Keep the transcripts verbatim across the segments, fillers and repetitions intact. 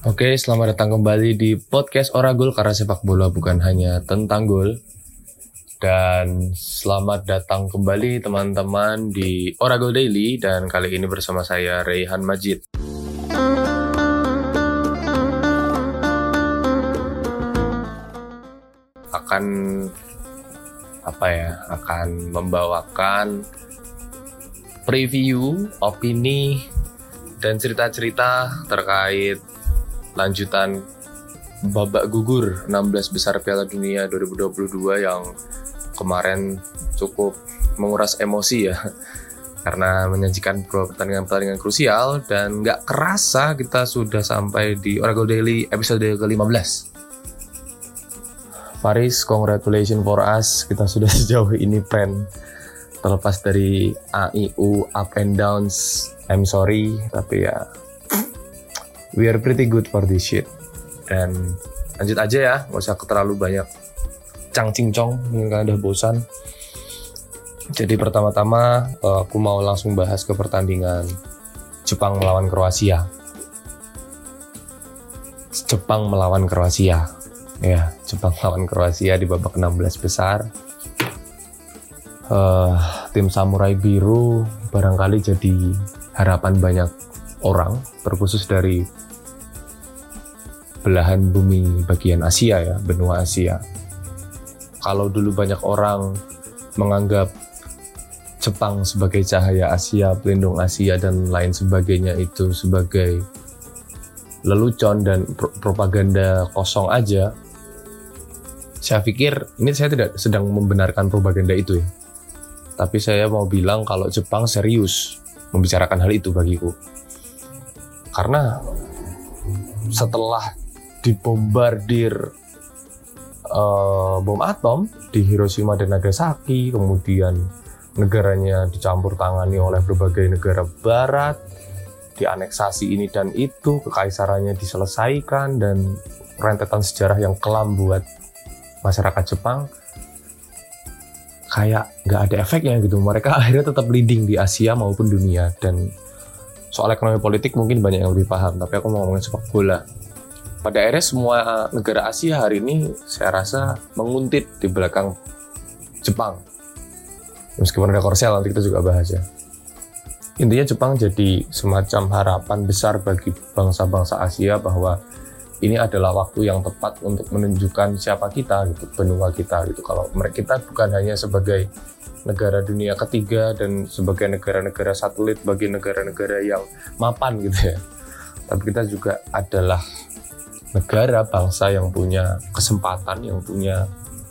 Oke, selamat datang kembali di podcast Oragol karena sepak bola bukan hanya tentang gol. Dan selamat datang kembali teman-teman di Oragol Daily dan kali ini bersama saya Reyhan Majid. Akan apa ya? Akan membawakan preview, opini dan cerita-cerita terkait lanjutan babak gugur enam belas besar Piala Dunia dua ribu dua puluh dua yang kemarin cukup menguras emosi ya, karena menyajikan pertandingan-pertandingan krusial dan gak kerasa kita sudah sampai di Oragol Daily episode ke lima belas. Faris, congratulations for us, kita sudah sejauh ini friend. Terlepas dari A I U, up and downs, I'm sorry, tapi ya we are pretty good for this shit. Dan lanjut aja ya, gak usah terlalu banyak cang cincong, mungkin kalian udah bosan. Jadi pertama-tama aku mau langsung bahas ke pertandingan Jepang melawan Kroasia. Jepang melawan Kroasia. Ya, Jepang melawan Kroasia di babak enam belas besar. Uh, tim Samurai Biru barangkali jadi harapan banyak orang, terkhusus dari belahan bumi bagian Asia ya, benua Asia. Kalau dulu banyak orang menganggap Jepang sebagai cahaya Asia, pelindung Asia dan lain sebagainya itu sebagai lelucon dan pro- propaganda kosong aja, saya pikir ini saya tidak sedang membenarkan propaganda itu ya. Tapi saya mau bilang kalau Jepang serius membicarakan hal itu bagiku. Karena setelah dibombardir uh, bom atom di Hiroshima dan Nagasaki, kemudian negaranya dicampur tangani oleh berbagai negara barat, dianeksasi ini dan itu, kekaisarannya diselesaikan, dan rentetan sejarah yang kelam buat masyarakat Jepang, kayak nggak ada efeknya gitu. Mereka akhirnya tetap leading di Asia maupun dunia. Dan soal ekonomi politik mungkin banyak yang lebih paham, tapi aku mau ngomongin sepak bola. Pada akhirnya semua negara Asia hari ini saya rasa menguntit di belakang Jepang. Meskipun ada korsel, nanti kita juga bahas ya. Intinya Jepang jadi semacam harapan besar bagi bangsa-bangsa Asia bahwa ini adalah waktu yang tepat untuk menunjukkan siapa kita gitu, benua kita gitu. Kalau mereka kita bukan hanya sebagai negara dunia ketiga dan sebagai negara-negara satelit bagi negara-negara yang mapan gitu ya. Tapi kita juga adalah negara bangsa yang punya kesempatan, yang punya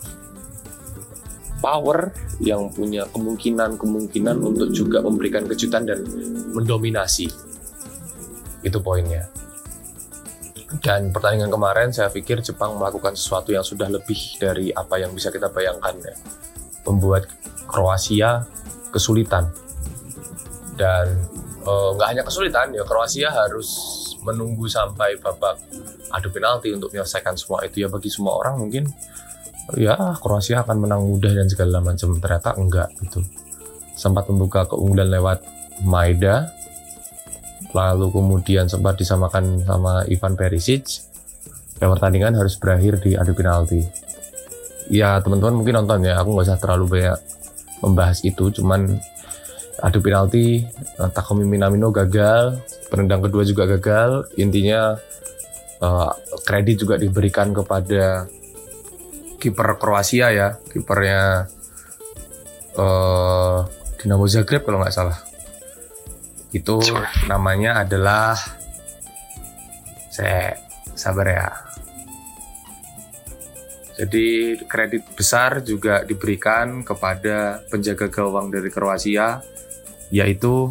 power, yang punya kemungkinan-kemungkinan untuk juga memberikan kejutan dan mendominasi. Itu poinnya. Dan pertandingan kemarin saya pikir Jepang melakukan sesuatu yang sudah lebih dari apa yang bisa kita bayangkan ya. Membuat Kroasia kesulitan. Dan nggak e, hanya kesulitan ya, Kroasia harus menunggu sampai babak adu penalti untuk menyelesaikan semua itu ya. Bagi semua orang mungkin ya Kroasia akan menang mudah dan segala macam, ternyata enggak gitu. Sempat membuka keunggulan lewat Maeda, lalu kemudian sempat disamakan sama Ivan Perisic, dan pertandingan harus berakhir di adu penalti. Ya teman-teman mungkin nonton ya, aku nggak usah terlalu banyak membahas itu, cuman adu penalti Takumi Minamino gagal, penendang kedua juga gagal. Intinya uh, kredit juga diberikan kepada kiper Kroasia ya, kipernya uh, Dinamo Zagreb kalau nggak salah. Itu namanya adalah, saya sabar ya. Jadi kredit besar juga diberikan kepada penjaga gawang dari Kroasia, yaitu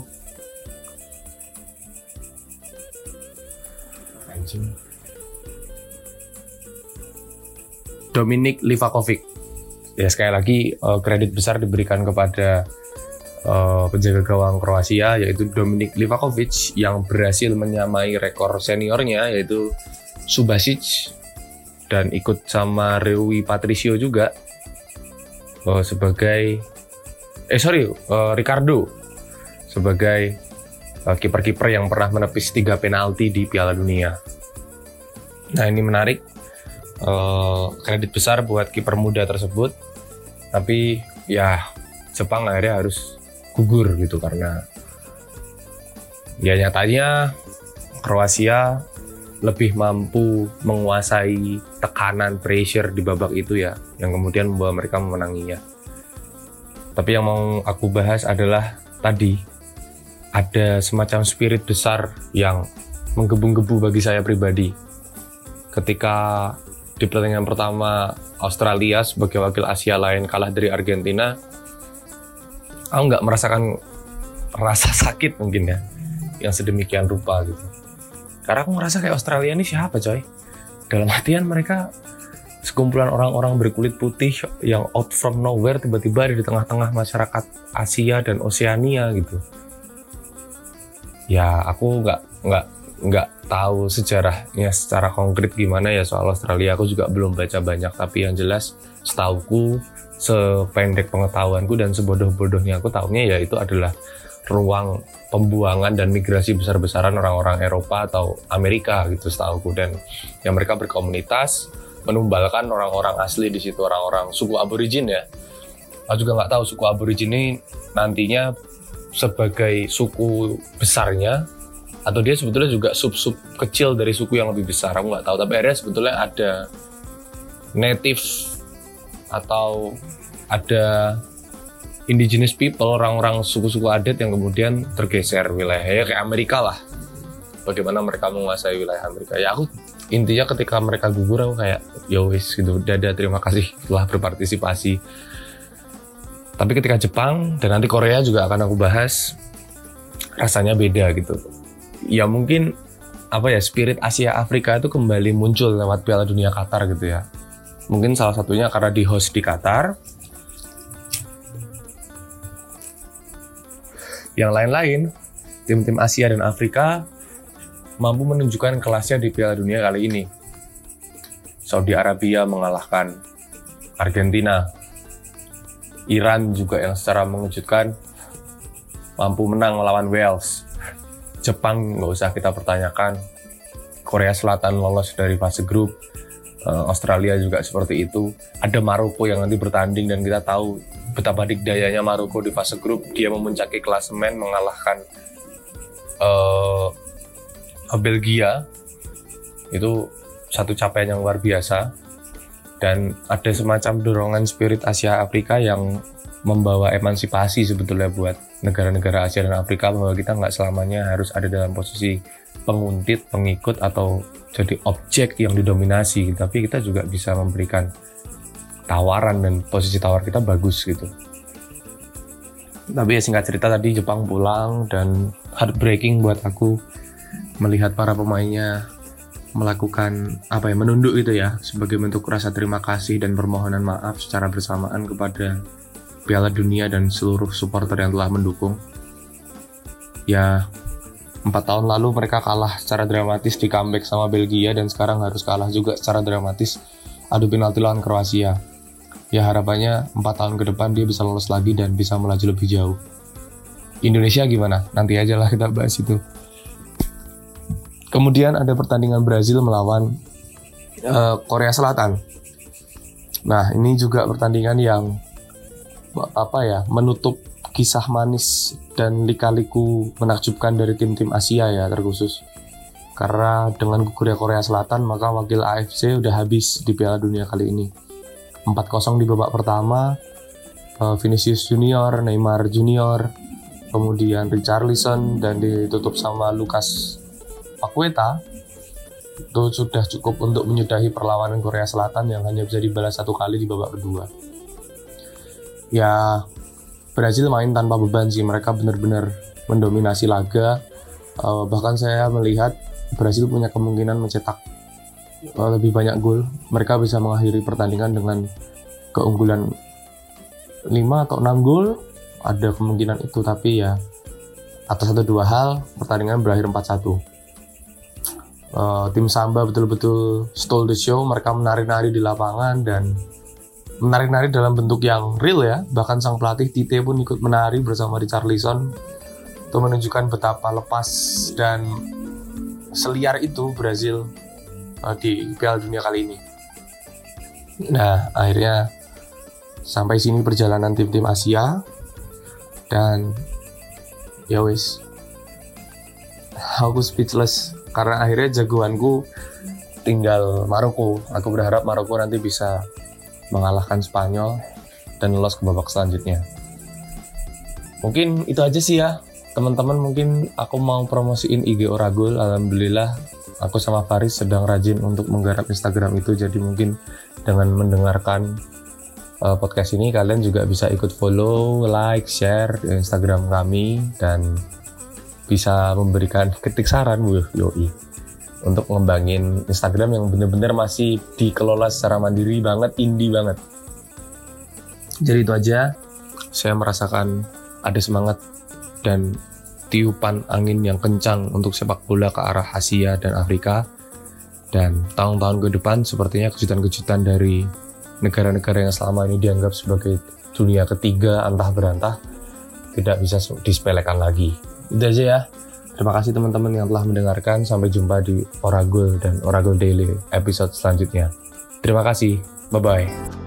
Dominik Livakovic. Ya sekali lagi kredit besar diberikan kepada Uh, penjaga gawang Kroasia, yaitu Dominik Livakovic, yang berhasil menyamai rekor seniornya yaitu Subasic, dan ikut sama Rui Patricio juga uh, sebagai eh sorry uh, Ricardo sebagai uh, kiper-kiper yang pernah menepis tiga penalti di Piala Dunia. Nah ini menarik, uh, kredit besar buat kiper muda tersebut, tapi ya Jepang akhirnya harus gugur gitu karena ya nyatanya Kroasia lebih mampu menguasai tekanan pressure di babak itu ya, yang kemudian membawa mereka memenanginya. Tapi yang mau aku bahas adalah tadi ada semacam spirit besar yang menggebu-gebu bagi saya pribadi. Ketika di pertandingan pertama Australia sebagai wakil Asia lain kalah dari Argentina, aku nggak merasakan rasa sakit mungkin ya, yang sedemikian rupa gitu. Karena aku ngerasa kayak Australia ini siapa coy? Dalam artian mereka sekumpulan orang-orang berkulit putih yang out from nowhere tiba-tiba ada di tengah-tengah masyarakat Asia dan Oseania gitu. Ya aku nggak nggak nggak tahu sejarahnya secara konkret gimana ya soal Australia. Aku juga belum baca banyak, tapi yang jelas setauku, sependek pengetahuanku dan sebodoh-bodohnya aku tahunya ya itu adalah ruang pembuangan dan migrasi besar-besaran orang-orang Eropa atau Amerika gitu setauku, dan yang mereka berkomunitas menumbalkan orang-orang asli di situ, orang-orang suku aborigin ya. Aku juga nggak tahu suku aborigin ini nantinya sebagai suku besarnya atau dia sebetulnya juga sub-sub kecil dari suku yang lebih besar, aku nggak tahu. Tapi akhirnya sebetulnya ada native atau ada indigenous people, orang-orang suku-suku adat yang kemudian tergeser wilayahnya kayak Amerika lah. Bagaimana mereka menguasai wilayah Amerika. Ya aku intinya ketika mereka gugur aku kayak ya wis gitu, dadah terima kasih telah berpartisipasi. Tapi ketika Jepang dan nanti Korea juga akan aku bahas, rasanya beda gitu. Ya mungkin apa ya, spirit Asia Afrika itu kembali muncul lewat Piala Dunia Qatar gitu ya. Mungkin salah satunya karena di host di Qatar. Yang lain-lain, tim-tim Asia dan Afrika mampu menunjukkan kelasnya di Piala Dunia kali ini. Saudi Arabia mengalahkan Argentina. Iran juga yang secara mengejutkan mampu menang melawan Wales. Jepang nggak usah kita pertanyakan. Korea Selatan lolos dari fase grup. Australia juga seperti itu. Ada Maroko yang nanti bertanding dan kita tahu betapa dikdayanya Maroko di fase grup. Dia memuncaki klasemen mengalahkan uh, Belgia. Itu satu capaian yang luar biasa. Dan ada semacam dorongan spirit Asia Afrika yang membawa emansipasi sebetulnya buat negara-negara Asia dan Afrika, bahwa kita nggak selamanya harus ada dalam posisi penguntit, pengikut, atau jadi objek yang didominasi, tapi kita juga bisa memberikan tawaran dan posisi tawar kita bagus gitu. Tapi ya singkat cerita tadi Jepang pulang dan heartbreaking buat aku melihat para pemainnya melakukan apa ya, menunduk gitu ya, sebagai bentuk rasa terima kasih dan permohonan maaf secara bersamaan kepada Piala Dunia dan seluruh supporter yang telah mendukung. Ya, empat tahun lalu mereka kalah secara dramatis di comeback sama Belgia dan sekarang harus kalah juga secara dramatis adu penalti lawan Kroasia. Ya harapannya empat tahun ke depan dia bisa lolos lagi dan bisa melaju lebih jauh. Indonesia gimana? Nanti aja lah kita bahas itu. Kemudian ada pertandingan Brazil melawan uh, Korea Selatan. Nah ini juga pertandingan yang apa ya, menutup kisah manis dan lika-liku menakjubkan dari tim-tim Asia ya terkhusus. Karena dengan gugurnya Korea Selatan maka wakil A F C udah habis di Piala Dunia kali ini. empat kosong di babak pertama, Vinicius Junior, Neymar Junior, kemudian Richarlison dan ditutup sama Lucas Paqueta. Itu sudah cukup untuk menyudahi perlawanan Korea Selatan yang hanya bisa dibalas satu kali di babak kedua. Ya, Brazil main tanpa beban sih, mereka benar-benar mendominasi laga. Uh, bahkan saya melihat Brazil punya kemungkinan mencetak uh, lebih banyak gol. Mereka bisa mengakhiri pertandingan dengan keunggulan lima atau enam gol. Ada kemungkinan itu, tapi ya atas satu dua hal pertandingan berakhir empat satu. Uh, tim Samba betul-betul stole the show. Mereka menari-nari di lapangan dan menari-nari dalam bentuk yang real ya. Bahkan sang pelatih Tite pun ikut menari bersama Richarlison untuk menunjukkan betapa lepas dan seliar itu Brazil uh, di Piala Dunia kali ini. Nah, akhirnya sampai sini perjalanan tim-tim Asia, dan ya wis, aku speechless karena akhirnya jagoanku tinggal Maroko. Aku berharap Maroko nanti bisa mengalahkan Spanyol dan lolos ke babak selanjutnya. Mungkin itu aja sih ya teman-teman. Mungkin aku mau promosiin I G Oragol. Alhamdulillah aku sama Faris sedang rajin untuk menggarap Instagram itu. Jadi mungkin dengan mendengarkan uh, podcast ini kalian juga bisa ikut follow, like, share Instagram kami, dan bisa memberikan kritik saran wuh, yoi, untuk ngembangin Instagram yang benar-benar masih dikelola secara mandiri banget, indie banget. Jadi itu aja. Saya merasakan ada semangat dan tiupan angin yang kencang untuk sepak bola ke arah Asia dan Afrika. Dan tahun-tahun ke depan sepertinya kejutan-kejutan dari negara-negara yang selama ini dianggap sebagai dunia ketiga antah berantah tidak bisa disepelekan lagi. Itu aja ya. Terima kasih teman-teman yang telah mendengarkan. Sampai jumpa di Oragol dan Oragol Daily episode selanjutnya. Terima kasih. Bye-bye.